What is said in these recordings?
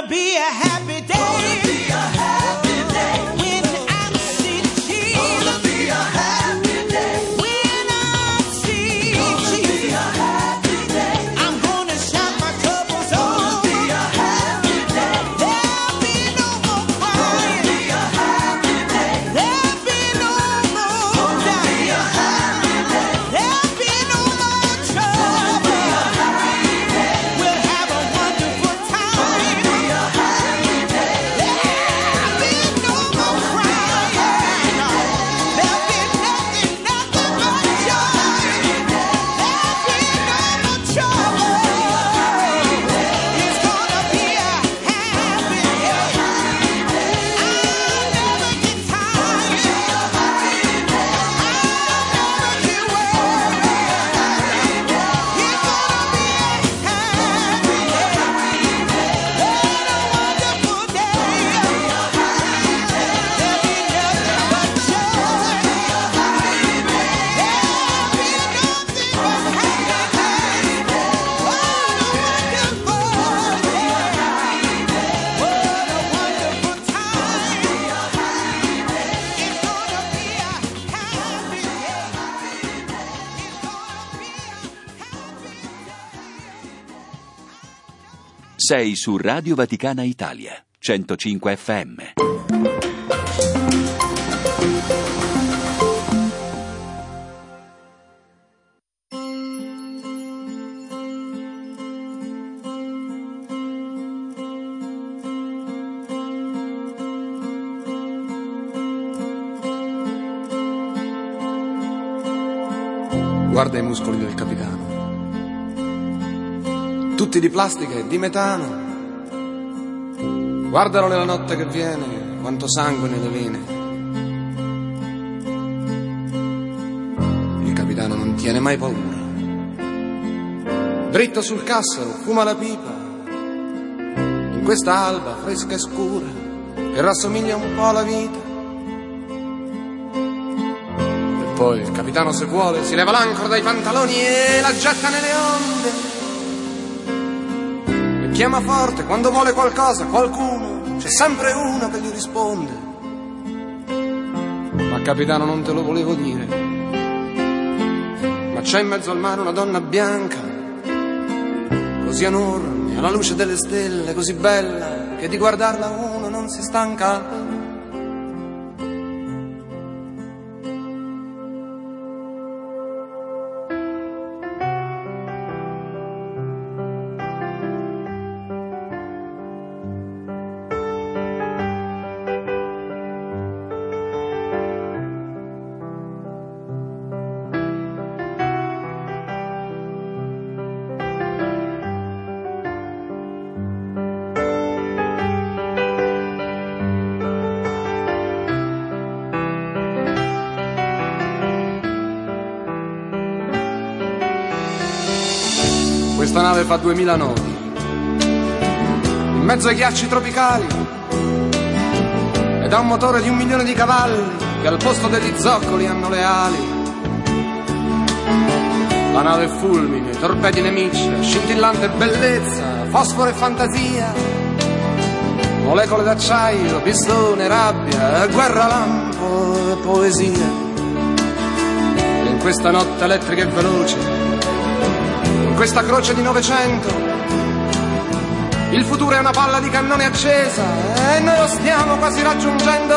be a happy day. Gonna be a happy day. When I see Jesus. Gonna be a happy day. When I see Jesus. Gonna be a happy day. I'm gonna shout my troubles over. Gonna be a happy day. There'll be no more crying. Gonna be a happy day. There'll be no more dying. Gonna be a happy day. There'll be no more trouble. Gonna be a happy day. We'll have a wonderful time. Gonna be a happy day. There'll be no more crying. There'll be nothing but joy. There'll be no more trouble. It's gonna be a happy day. I'll never get tired. I'll never get worried. It's gonna be a happy day. What a wonderful day. There'll be nothing but joy. There'll be nothing but happiness. What a wonderful day. What a wonderful time. It's gonna be a happy day. Sei su Radio Vaticana Italia, 105 FM. Guarda i muscoli del capitano, tutti di plastica e di metano. Guardalo nella notte che viene, quanto sangue nelle vene. Il capitano non tiene mai paura. Dritto sul cassero, fuma la pipa, in questa alba fresca e scura che rassomiglia un po' alla vita. Poi il capitano, se vuole, si leva l'ancora dai pantaloni e la getta nelle onde. E chiama forte quando vuole qualcosa, qualcuno, c'è sempre uno che gli risponde. Ma capitano, non te lo volevo dire, ma c'è in mezzo al mare una donna bianca, così enorme, alla luce delle stelle, così bella, che di guardarla uno non si stanca. Questa nave fa 2000 nodi, in mezzo ai ghiacci tropicali, ed ha un motore di 1 milione di cavalli che al posto degli zoccoli hanno le ali. La nave fulmine, torpedi nemici, scintillante bellezza, fosforo e fantasia, molecole d'acciaio, pistone, rabbia, guerra, lampo e poesia. E in questa notte elettrica e veloce, questa croce di Novecento, il futuro è una palla di cannone accesa e noi lo stiamo quasi raggiungendo.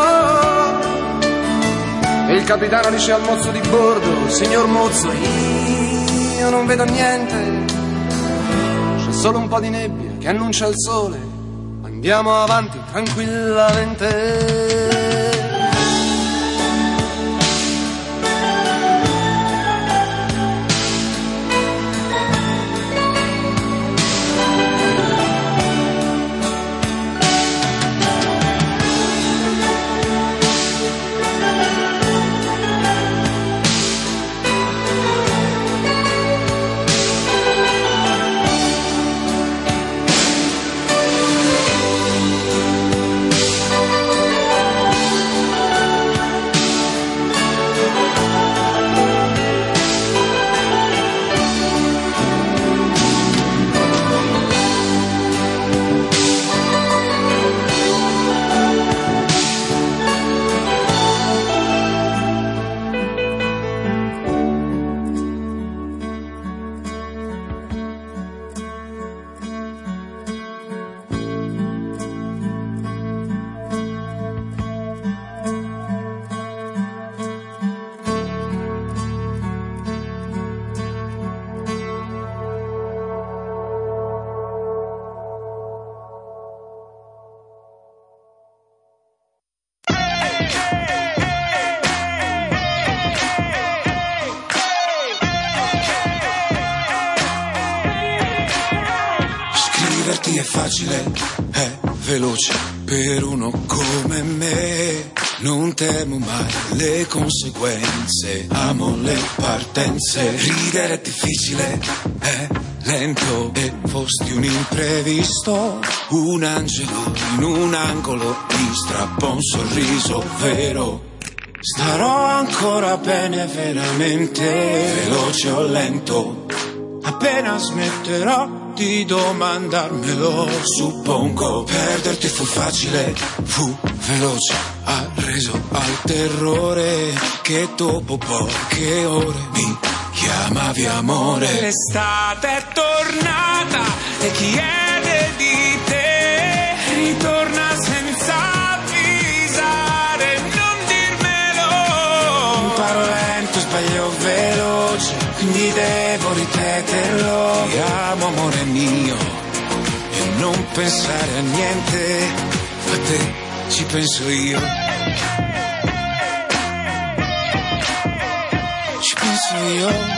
E il capitano dice al mozzo di bordo: signor mozzo, io non vedo niente, c'è solo un po' di nebbia che annuncia il sole, andiamo avanti tranquillamente. perderti è facile, è veloce per uno come me. Non temo mai le conseguenze, amo le partenze. Ridere è difficile, è lento e fosti un imprevisto. Un angelo in un angolo mi strappa un sorriso vero. Starò ancora bene veramente, veloce o lento. Appena smetterò di domandarmelo, suppongo. Perderti fu facile, fu veloce, ha reso al terrore che dopo poche ore mi chiamavi amore. L'estate è tornata e chiede di te, ritorna senza avvisare, non dirmelo. Imparo lento, sbaglio veloce, quindi devo ripeterlo. Ti amo amore mio e non pensare a niente, a te ci penso io. Ci penso io.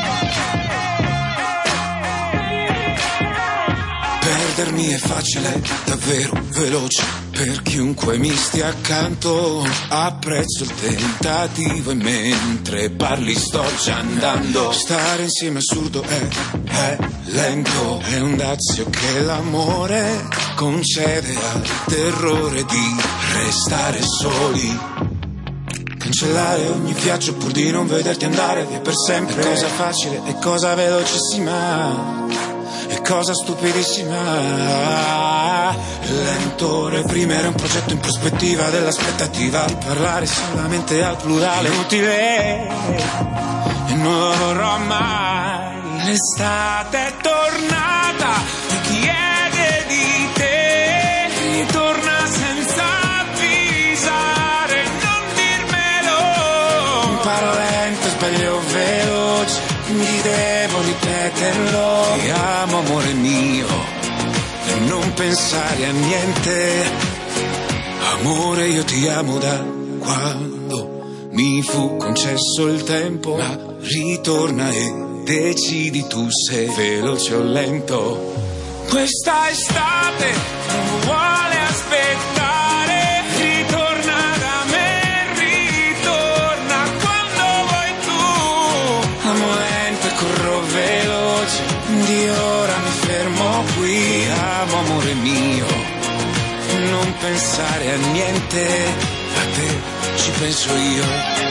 Perdermi è facile, davvero veloce, per chiunque mi stia accanto. Apprezzo il tentativo e mentre parli sto già andando. Stare insieme è assurdo, è lento, è un dazio che l'amore concede al terrore di restare soli. Cancellare ogni viaggio pur di non vederti andare via per sempre. È cosa facile, è cosa velocissima, è cosa stupidissima. Lento, reprimere un progetto in prospettiva dell'aspettativa di parlare solamente al plurale. Inutile e non lo vorrò mai. L'estate è tornata e chiede di te, ritorna senza avvisare, non dirmelo. Imparo lento, sbaglio veloce, quindi devo ripeterlo. Ti amo amore mio e non pensare a niente. Amore io ti amo da quando mi fu concesso il tempo, ma ritorna e decidi tu se veloce o lento. Questa estate non vuole aspettare, ritorna da me, ritorna quando vuoi tu. Amo lento e corro veloce, di ora mi fermo qui. Amo amore mio, non pensare a niente, a te ci penso io.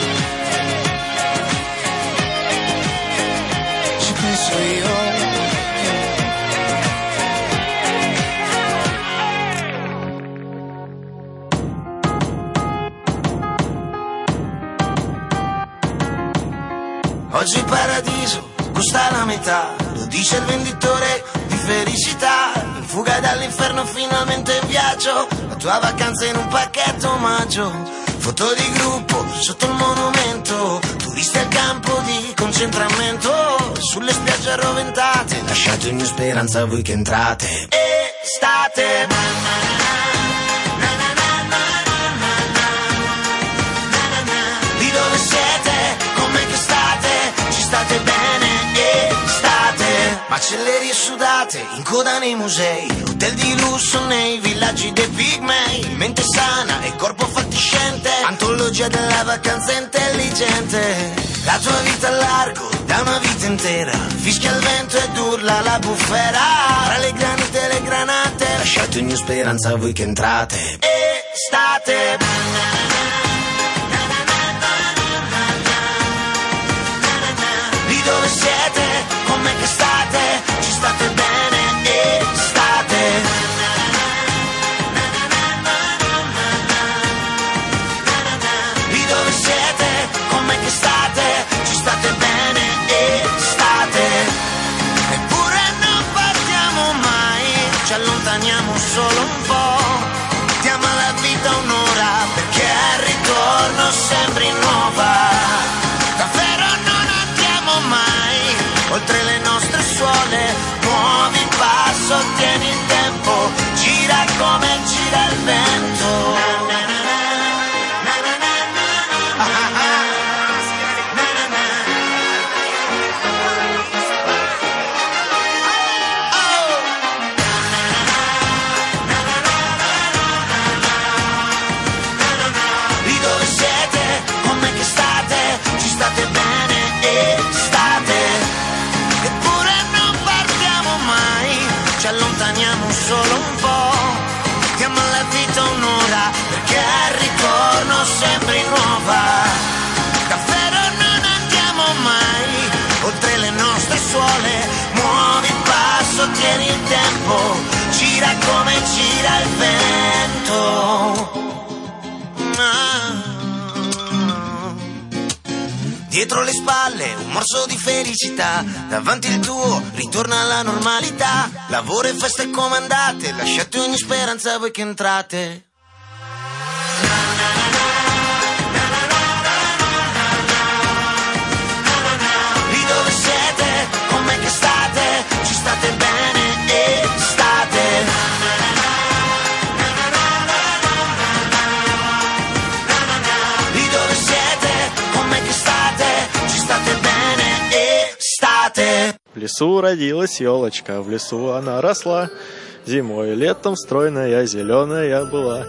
Ci penso io. Oggi il paradiso costa la metà, lo dice il venditore di felicità. In fuga dall'inferno finalmente in viaggio, la tua vacanza in un pacchetto omaggio. Foto di gruppo sotto il monumento, turisti al campo di concentramento. Sulle spiagge arroventate, lasciate ogni speranza a voi che entrate. Estate. Lì dove siete, con me che state, ci state bene, estate. Macellerie sudate, in coda nei musei, hotel di lusso nei villaggi dei pigmei. Mente sana e corpo fatiscente, antologia della vacanza intelligente. La tua vita a largo, da una vita intera, fischia il vento ed urla la bufera. Tra le granite e le granate, lasciate ogni speranza a voi che entrate. Estate. Lì dove siete, con me che state, ci state bene, estate. Lì dove siete, con me che state, ci state bene, estate. Eppure non partiamo mai, ci allontaniamo solo un po'. Diamo alla vita un'ora, perché al ritorno sembri nuova. Davvero non andiamo mai oltre le nostre suole. Muovi il passo, tieni il tempo, gira come gira il vento. solo un po'. Diamo alla vita un'ora, perché al ritorno sembri nuova. Davvero non andiamo mai oltre le nostre suole. Muovi il passo, tieni il tempo, gira come gira il vento. Dietro le spalle un morso di felicità, davanti il tuo ritorna alla normalità. Lavoro e feste comandate, lasciate ogni speranza voi che entrate. Lì dove siete, con me che state, ci state bene e state. Lì dove siete, con me che state, ci state bene e state. В лесу родилась елочка, в лесу она росла, зимой и летом стройная, зеленая была.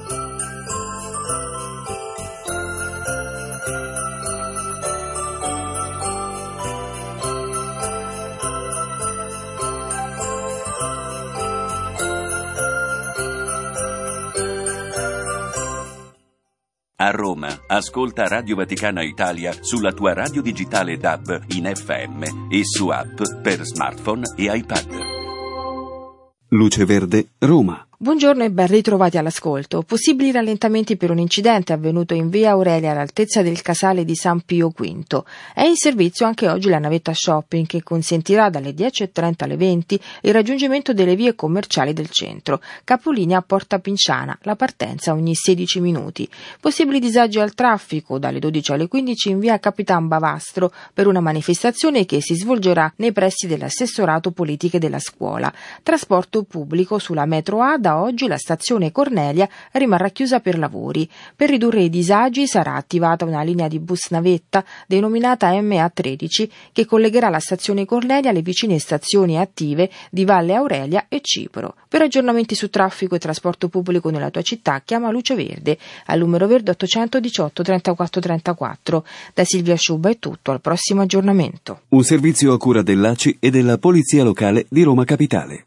A Roma, ascolta Radio Vaticana Italia sulla tua radio digitale DAB in FM e su app per smartphone e iPad. Luce Verde, Roma. Buongiorno e ben ritrovati all'ascolto. Possibili rallentamenti per un incidente avvenuto in via Aurelia all'altezza del casale di San Pio V. È in servizio anche oggi la navetta shopping che consentirà dalle 10.30 alle 20 il raggiungimento delle vie commerciali del centro. Capolinea a Porta Pinciana, la partenza ogni 16 minuti. Possibili disagi al traffico dalle 12 alle 15 in via Capitan Bavastro per una manifestazione che si svolgerà nei pressi dell'assessorato politiche della scuola. Trasporto pubblico sulla metro A. Da oggi la stazione Cornelia rimarrà chiusa per lavori. Per ridurre i disagi sarà attivata una linea di bus navetta denominata MA13 che collegherà la stazione Cornelia alle vicine stazioni attive di Valle Aurelia e Cipro. Per aggiornamenti su traffico e trasporto pubblico nella tua città chiama Luce Verde al numero verde 818 34 34. Da Silvia Sciubba è tutto, al prossimo aggiornamento. Un servizio a cura dell'ACI e della Polizia Locale di Roma Capitale.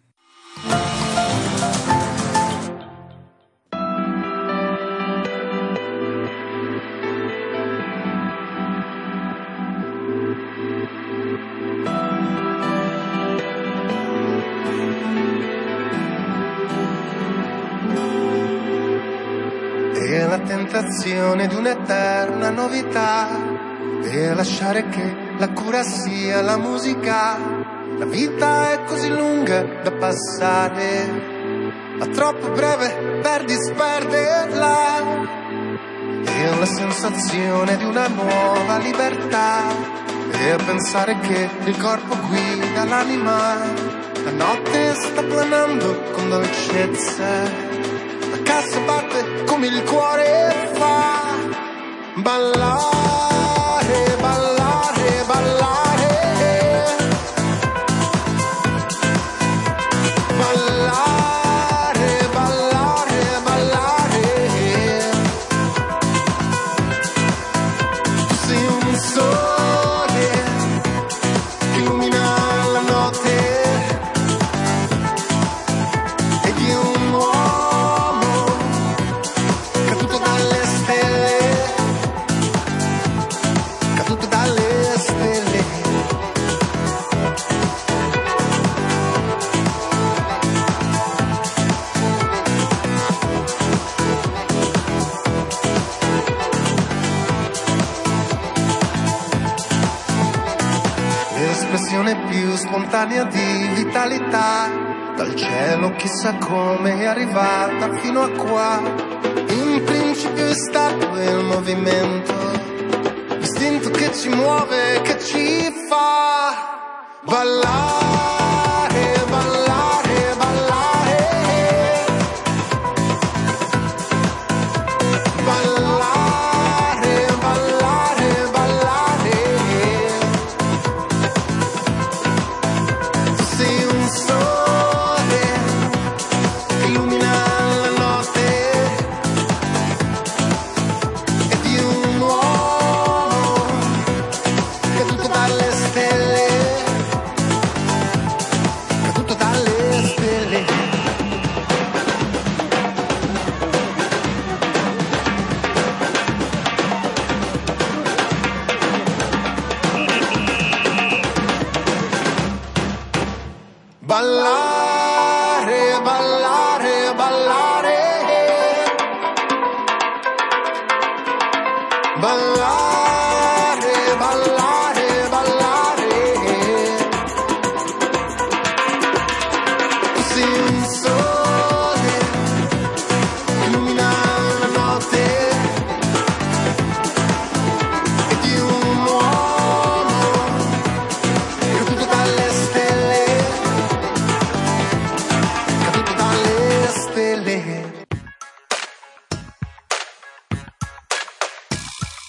E la tentazione di un'eterna novità, e lasciare che la cura sia la musica. La vita è così lunga da passare, ma troppo breve per disperderla. E la sensazione di una nuova libertà, e a pensare che il corpo guida l'anima. La notte sta planando con dolcezza, cassa batte come il cuore fa. Ballare, ballare, ballare, ballare, ballare, ballare. Tu sei un sole che illumina la notte, e di un uomo caduto dalle stelle, caduto dalle stelle. L'espressione più spontanea di vitalità, dal cielo chissà come è arrivata fino a qua. In principio è stato il movimento, l'istinto che ci muove, che ci fa ballare, ballare, ballare, ballare, ballare, ballare. Tu sei un sole che illumina la notte, e di un uomo caduto dalle stelle,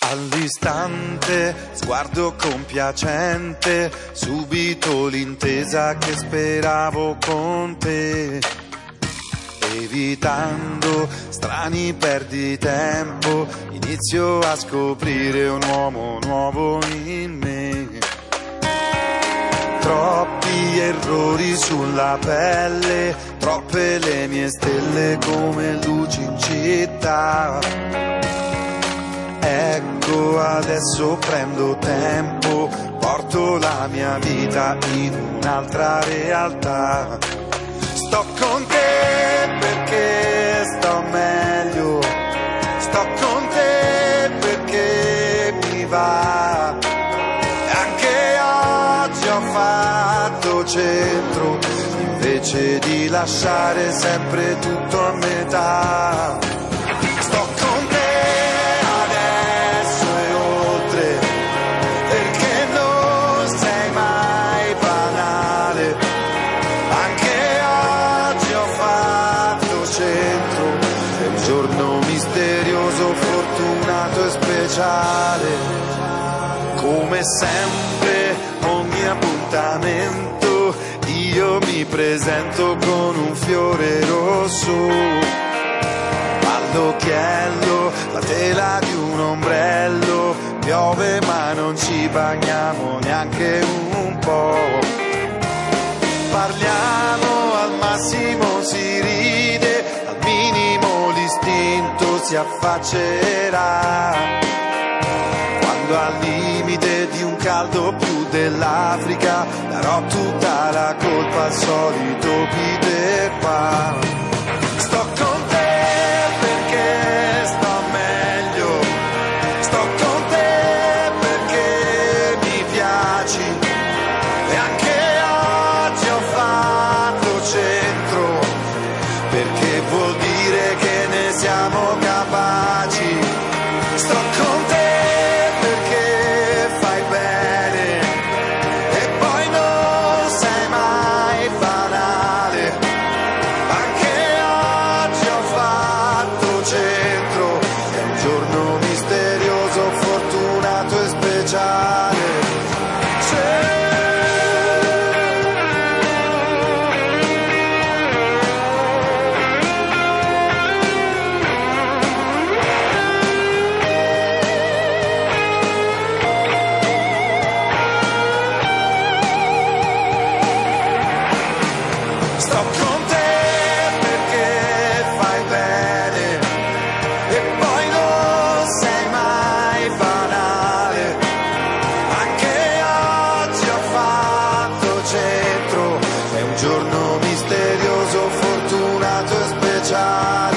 All'istante, sguardo compiacente, subito l'intesa che speravo con te. Evitando strani perditempo, inizio a scoprire un uomo nuovo in me. Troppi errori sulla pelle, troppe le mie stelle come luci in città. Ecco adesso prendo tempo, porto la mia vita in un'altra realtà. Sto con te perché sto meglio, sto con te perché mi va. E anche oggi ho fatto centro, invece di lasciare sempre tutto a metà. Sto con te adesso e oltre, perché non sei mai banale. Anche oggi ho fatto centro, è un giorno misterioso, fortunato e speciale. Come sempre, ogni appuntamento, io mi presento con un fiore rosso. All'occhiello, la tela di un ombrello, piove ma non ci bagniamo neanche un po'. Parliamo, al massimo si ride, al minimo l'istinto si affaccerà. Quando al limite di un caldo più dell'Africa, darò tutta la colpa al solito Peter Pan. Sto con te perché sto meglio, sto con te perché mi piaci. E anche oggi ho fatto centro, perché vuol dire che ne siamo capaci. Sto con te perché fai bene e poi non sei mai banale. Anche oggi ho fatto centro, è un giorno misterioso, fortunato e speciale. Sto con te perché fai bene e poi non sei mai banale. Anche oggi ho fatto centro, è un giorno misterioso, fortunato e speciale.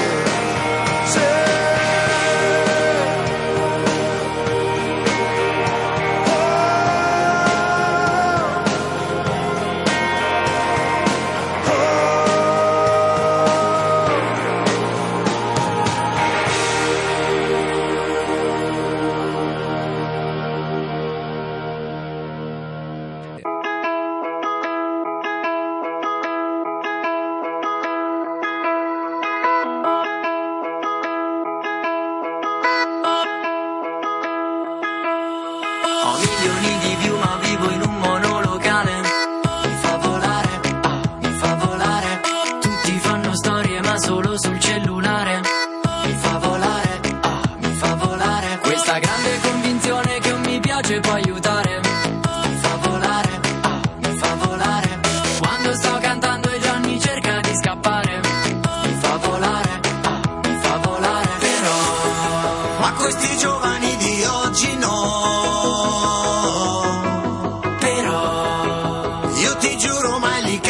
Ho milioni di view ma vivo in un monolocale. Mi fa volare, mi fa volare. Tutti fanno storie ma solo sul cellulare. Mi fa volare, mi fa volare. Questa grande convinzione che un mi piace può aiutare. Mi fa volare, mi fa volare. Quando sto cantando e Gianni cerca di scappare. Mi fa volare, mi fa volare. Però Ma questi giovani di oggi no. Io ti giuro mai li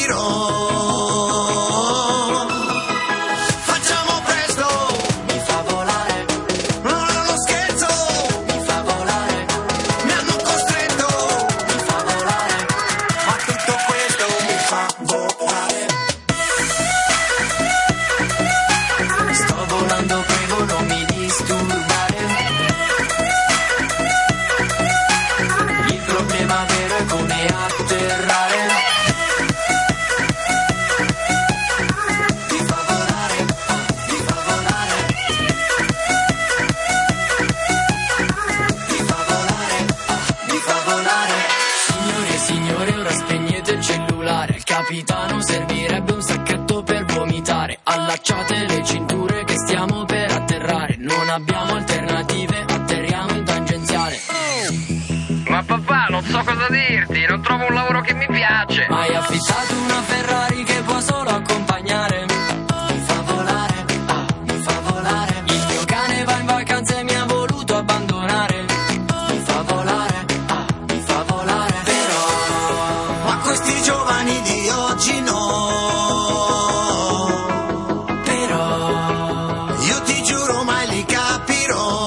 capirò. Facciamo presto, mi fa volare, non è uno scherzo, mi fa volare, mi hanno costretto, mi fa volare. ma tutto questo mi fa volare. Sto volando, prego non mi disturbare. Il problema vero è come atterrare. Mi fa volare, mi fa volare. allacciate le cinture che stiamo per atterrare. Non abbiamo alternative, atterriamo in tangenziale. Ma papà, non so cosa dirti, non trovo un lavoro che mi piace. Hai affittato una Ferrari che può solo accompagnare. Mi fa volare, mi fa volare. Il mio cane va in vacanza e mi ha voluto abbandonare. Mi fa volare, mi fa volare. Però ma questi giovani di oggi no. Però io ti giuro mai li capirò.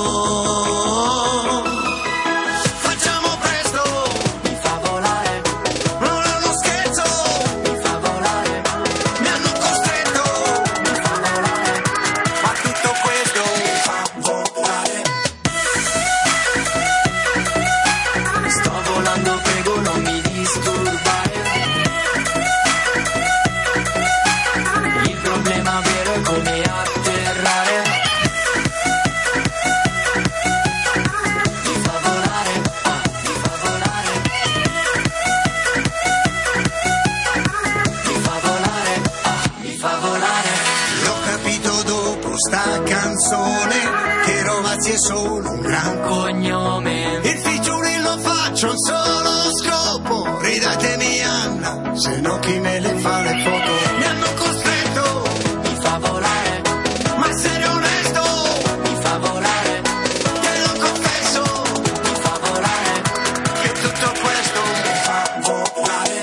Che Rovazzi è solo un gran cognome. Il figlioli lo faccio un solo scopo. Ridatemi Anna, se no chi me le fa le foto. Mi hanno costretto, mi fa volare. Ma sei onesto, mi fa volare. Te lo confesso, mi fa volare. Che tutto questo mi fa volare.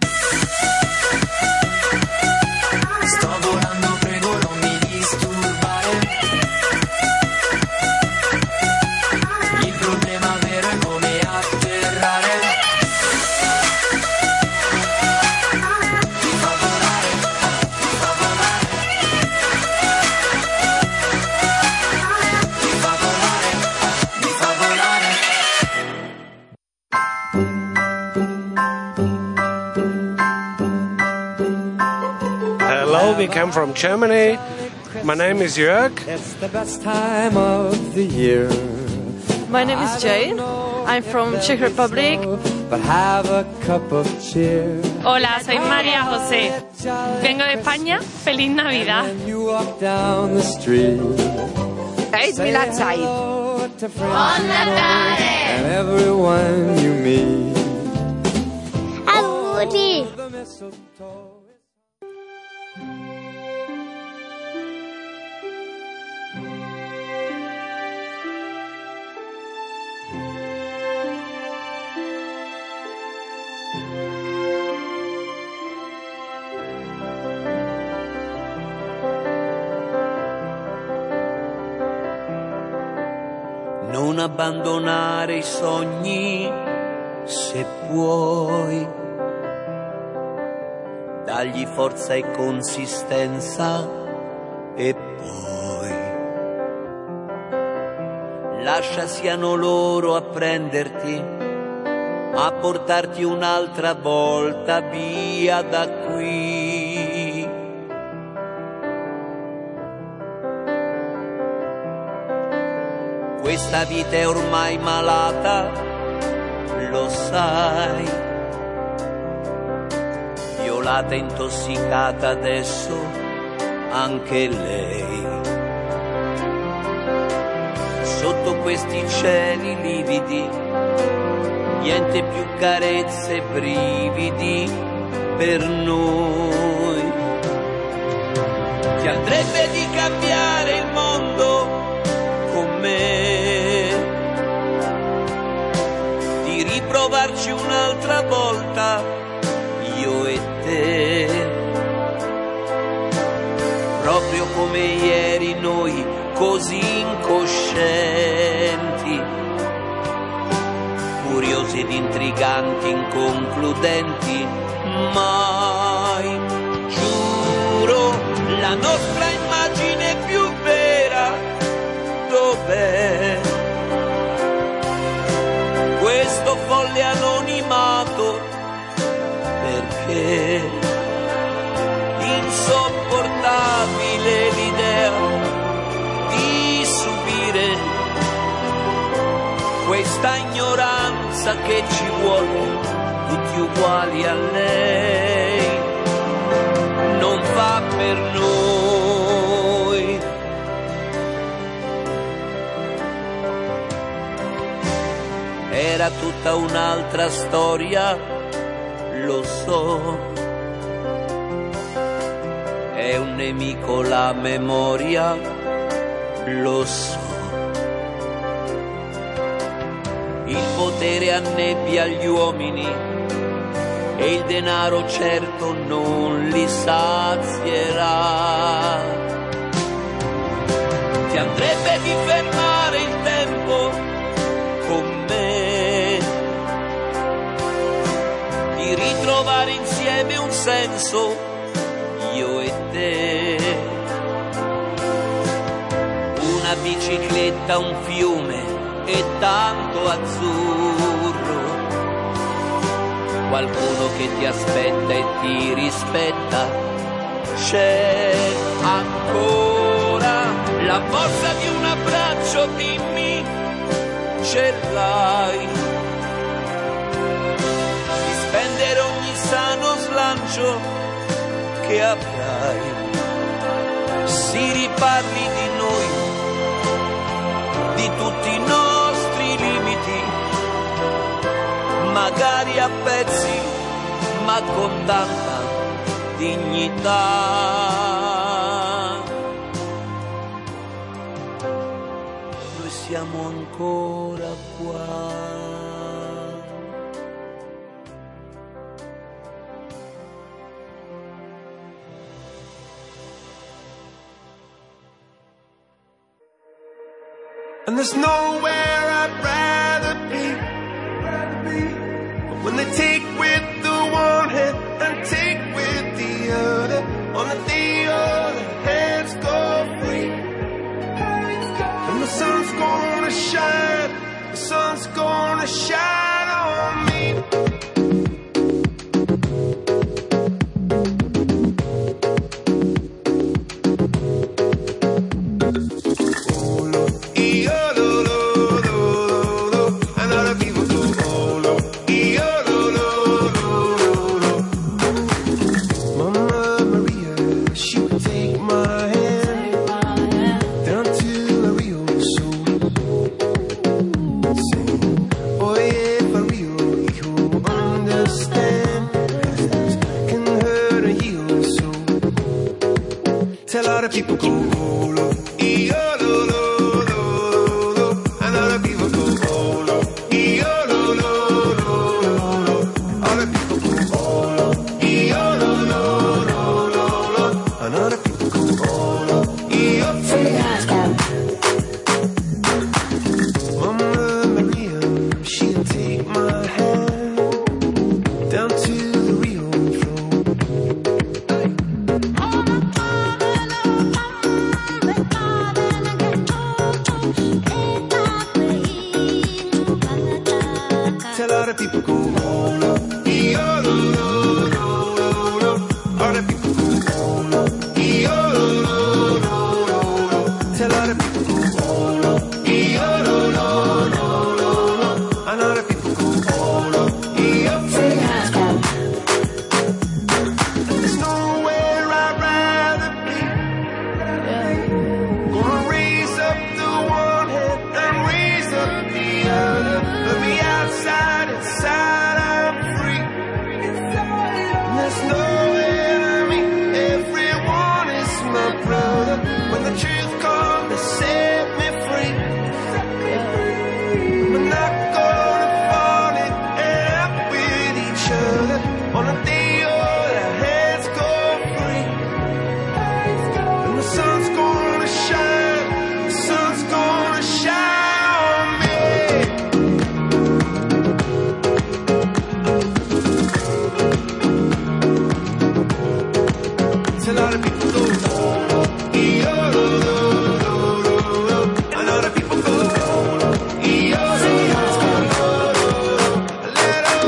Sto volando, prego non mi disturbare. Il problema vero è come atterrare. Mi fa volare, mi fa volare. Mi fa volare, mi fa volare. Hello, we come from Germany. My name is Jörg. It's the best time of the year. My name is Jane. I'm from Czech Republic. But have a cup of cheer. Hola, soy María José. Vengo de España. Feliz Navidad. You walk down the street. Eid Milad Said. Buon Natale. And everyone you meet. Auguri. Non abbandonare i sogni se puoi, dagli forza e consistenza e poi lascia siano loro a prenderti, a portarti un'altra volta via da qui. Questa vita è ormai malata, lo sai, violata, intossicata adesso anche lei. Sotto questi cieli lividi, niente più carezze e brividi per noi. Ti andrebbe di cambiare il mondo con me, di riprovarci un'altra volta, io e te, proprio come ieri noi, così incoscienti, curiosi ed intriganti, inconcludenti, mai, giuro, la nostra immagine più vera, dov'è? Questo folle anonimato, perché insopportabile l'idea di subire questa ignoranza che ci vuole tutti uguali a lei, non fa per noi. era tutta un'altra storia, lo so. È un nemico la memoria, lo so. Il potere annebbia gli uomini e il denaro certo non li sazierà. Ti andrebbe di fermare il tempo con me, di ritrovare insieme un senso, io e te. Una bicicletta, un fiume e tanto azzurro, qualcuno che ti aspetta e ti rispetta. C'è ancora la forza di un abbraccio, dimmi, ce l'hai? Di spendere ogni sano slancio che avrai. Si riparli di noi, di tutti i nostri limiti, magari a pezzi, ma con tanta dignità. Noi siamo ancora qua. And there's nowhere I'd rather be. But when they take with the one hand and take with the other, on the day all the hands go free. And the sun's gonna shine, the sun's gonna shine on me. Tell all the people go, oh, lo, e-oh, lo, lo, lo, lo. And all the people go, oh, lo, e-oh, lo, lo, lo, lo, lo. All the people go, oh, lo, e-oh, lo, lo, lo, lo, lo. And all the people go, oh, lo, e-oh. Mama Maria, she'll take my hand down to the Rio flow. Tell all the people go, oh, lo, e-oh, lo, lo, lo, lo, lo. All the people go, oh, lo, e-oh, lo, lo, lo, lo, lo. Tell all the people go, oh, lo, e-oh, lo, lo, lo, lo, lo. And all the people go, oh, lo, e-oh. There's nowhere I'd rather be. Gonna raise up the one hand and raise up the other. Let me outside, inside I'm free. There's nowhere to me, everyone is my brother. When the truth comes to set me free, we're not gonna fall in love with each other. On a day all our hands go free, and the sun's gonna shine, the sun's gonna shine on me. Tell all the people go, e-oh, lo, lo, lo, lo, lo. And all the people go, e-oh, lo, lo, lo, lo, let 'em.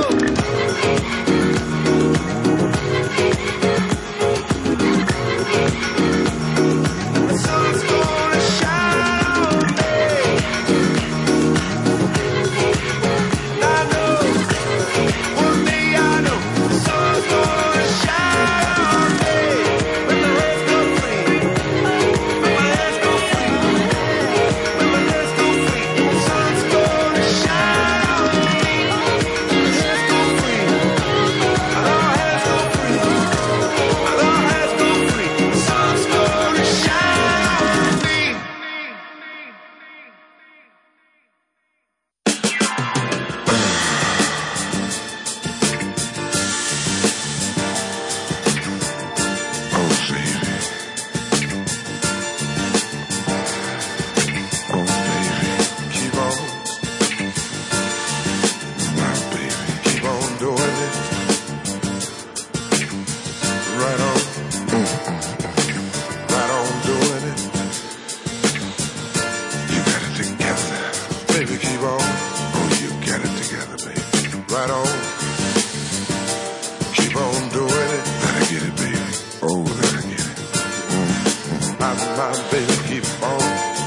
my baby, keep on.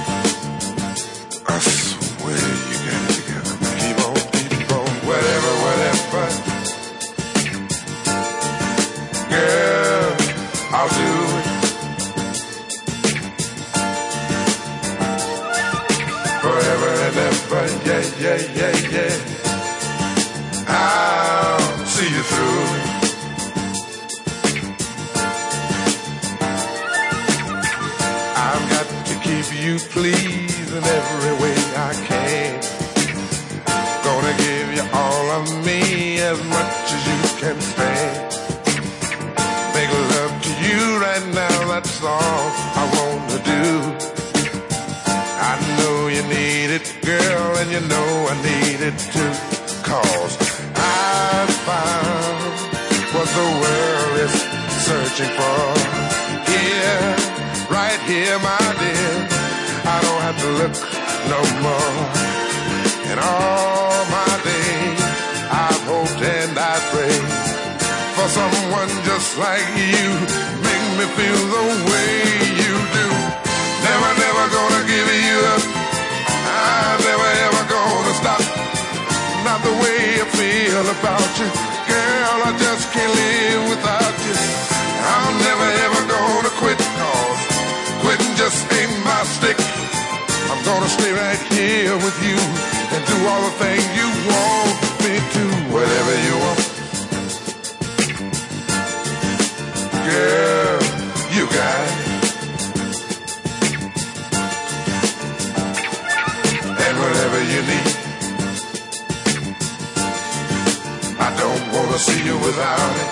I swear you got it together. Keep on, whatever. Girl, I'll do it. Forever and ever, yeah. I'll see you through. I've got to keep you pleased in every way I can. Gonna give you all of me, as much as you can stand. Make love to you right now, that's all I wanna do. I know you need it, girl, and you know I need it too. 'Cause I found what the world is searching for. Here, right here, my dear, I don't have to look no more. In all my days, I've hoped and I prayed for someone just like you. Make me feel the way you do. Never gonna give you up. I'm never ever gonna stop. Not the way I feel about you, girl, I just can't live without you. I'm never ever gonna quit, 'cause quitting just ain't my stick. I'm gonna stay right here with you and do all the things you want me to. Whatever you want, girl, you got it. And whatever you need, I don't wanna see you without it.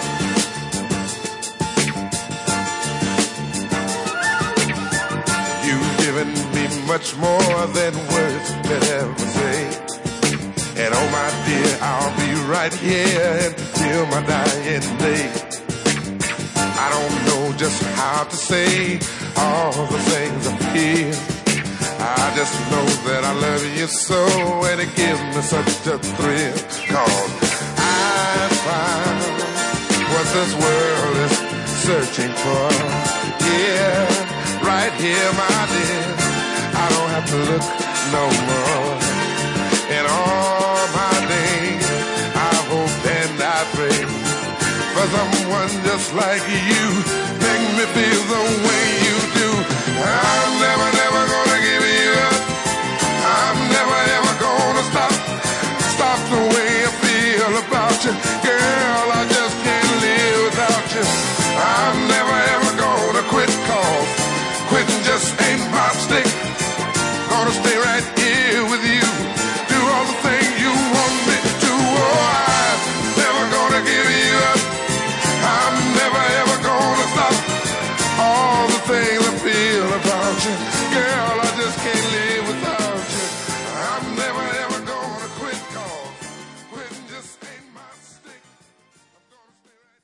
You've given me much more than words could ever say. And oh my dear, I'll be right here until my dying day. I don't know just how to say all the things I feel. I just know that I love you so, and it gives me such a thrill. 'Cause I found what this world is searching for. Yeah, right here, my dear, I don't have to look no more. In all my days, I hope and I pray for someone just like you. Make me feel the way you do. I'm never gonna give you up. I'm never ever gonna stop the way I feel about you. Girl, I just can't live without you. I'm never ever gonna quit, 'cause quitting just ain't my stick. Gonna stay right here with you, do all the things you want me to. Oh, I'm never gonna give you up. I'm never ever gonna stop all the things I feel about you. Girl, I just can't live without you. I'm never ever gonna quit, 'cause quitting just ain't my stick. I'm gonna stay right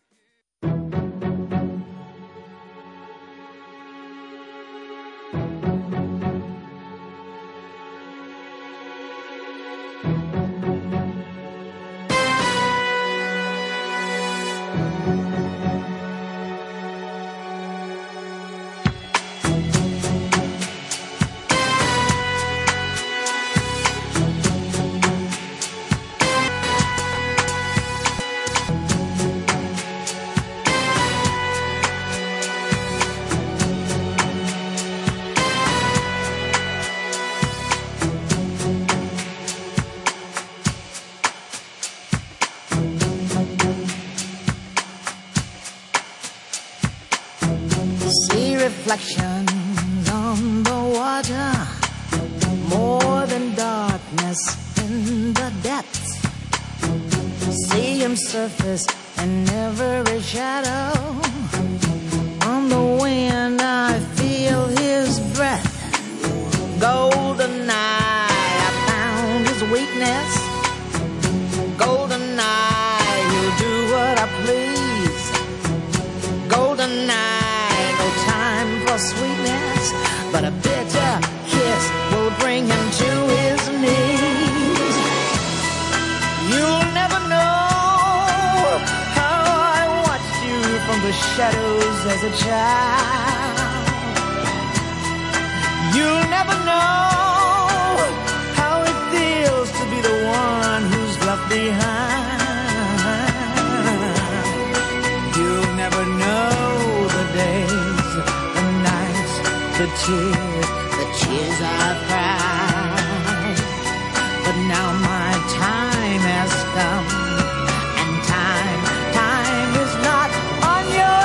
See reflections on the water, more than darkness in the depths. See him surface in every shadow. On the wind I feel his breath. Golden eye, I found his weakness. Golden eye, he'll do what I please. Golden eye, no time for sweetness, but a bitter kiss will bring him to his knees. You'll never know how I watched you from the shadows as a child. the tears I've cried. But now my time has come, and time is not on your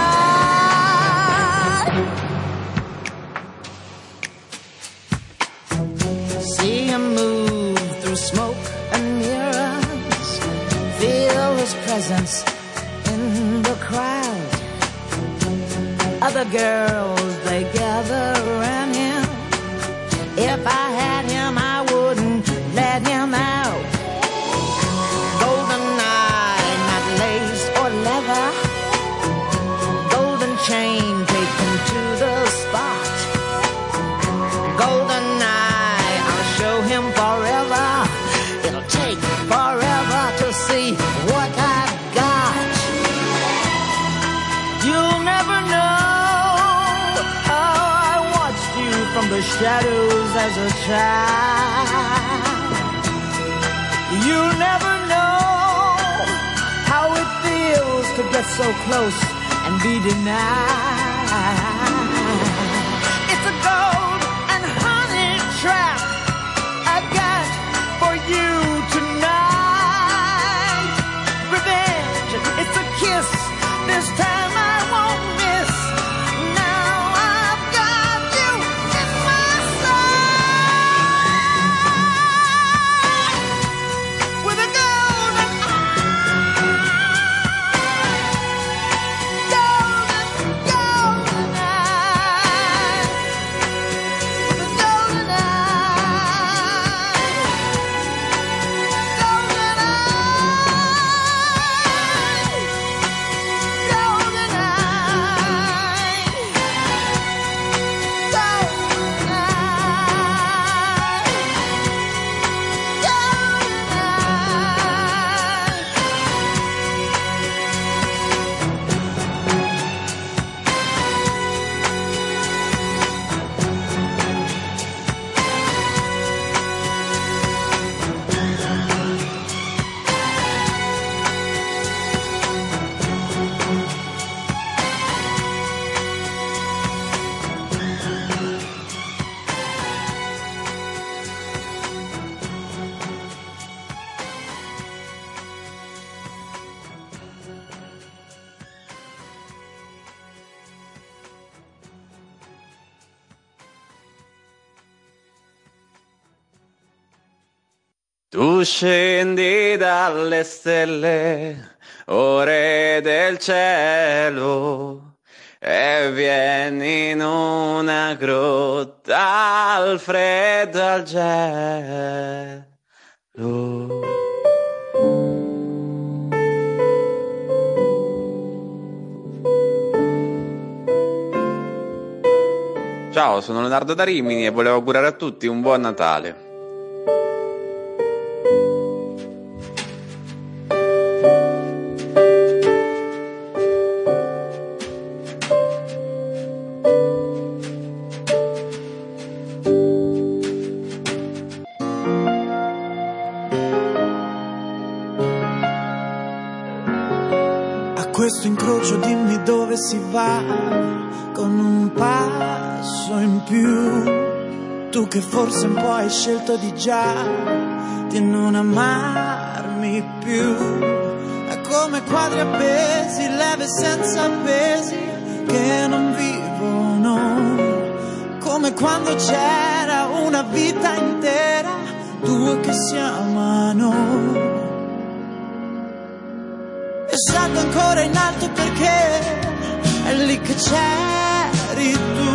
side. See him move through smoke and mirrors, feel his presence in the crowd. Other girls, they gather around him. If I had him, I wouldn't let him out. Golden eye, not lace or leather. Golden chain taken to the spot. Golden eye, I'll show him forever. It'll take forever to see what I've got. You'll never know from the shadows as a child. You'll never know how it feels to get so close and be denied. It's a gold and honey trap I got for you tonight. Revenge, it's a kiss, this time I won't miss. Tu scendi dalle stelle, ore del cielo, e vieni in una grotta al freddo al gelo. Ciao, sono Leonardo da Rimini e volevo augurare a tutti un buon Natale. Questo incrocio dimmi dove si va, con un passo in più. Tu che forse un po' hai scelto di già, di non amarmi più. È come quadri appesi, leve senza pesi, che non vivono. Come quando c'era una vita intera, due che si amano. E salgo ancora in alto perché è lì che c'eri tu.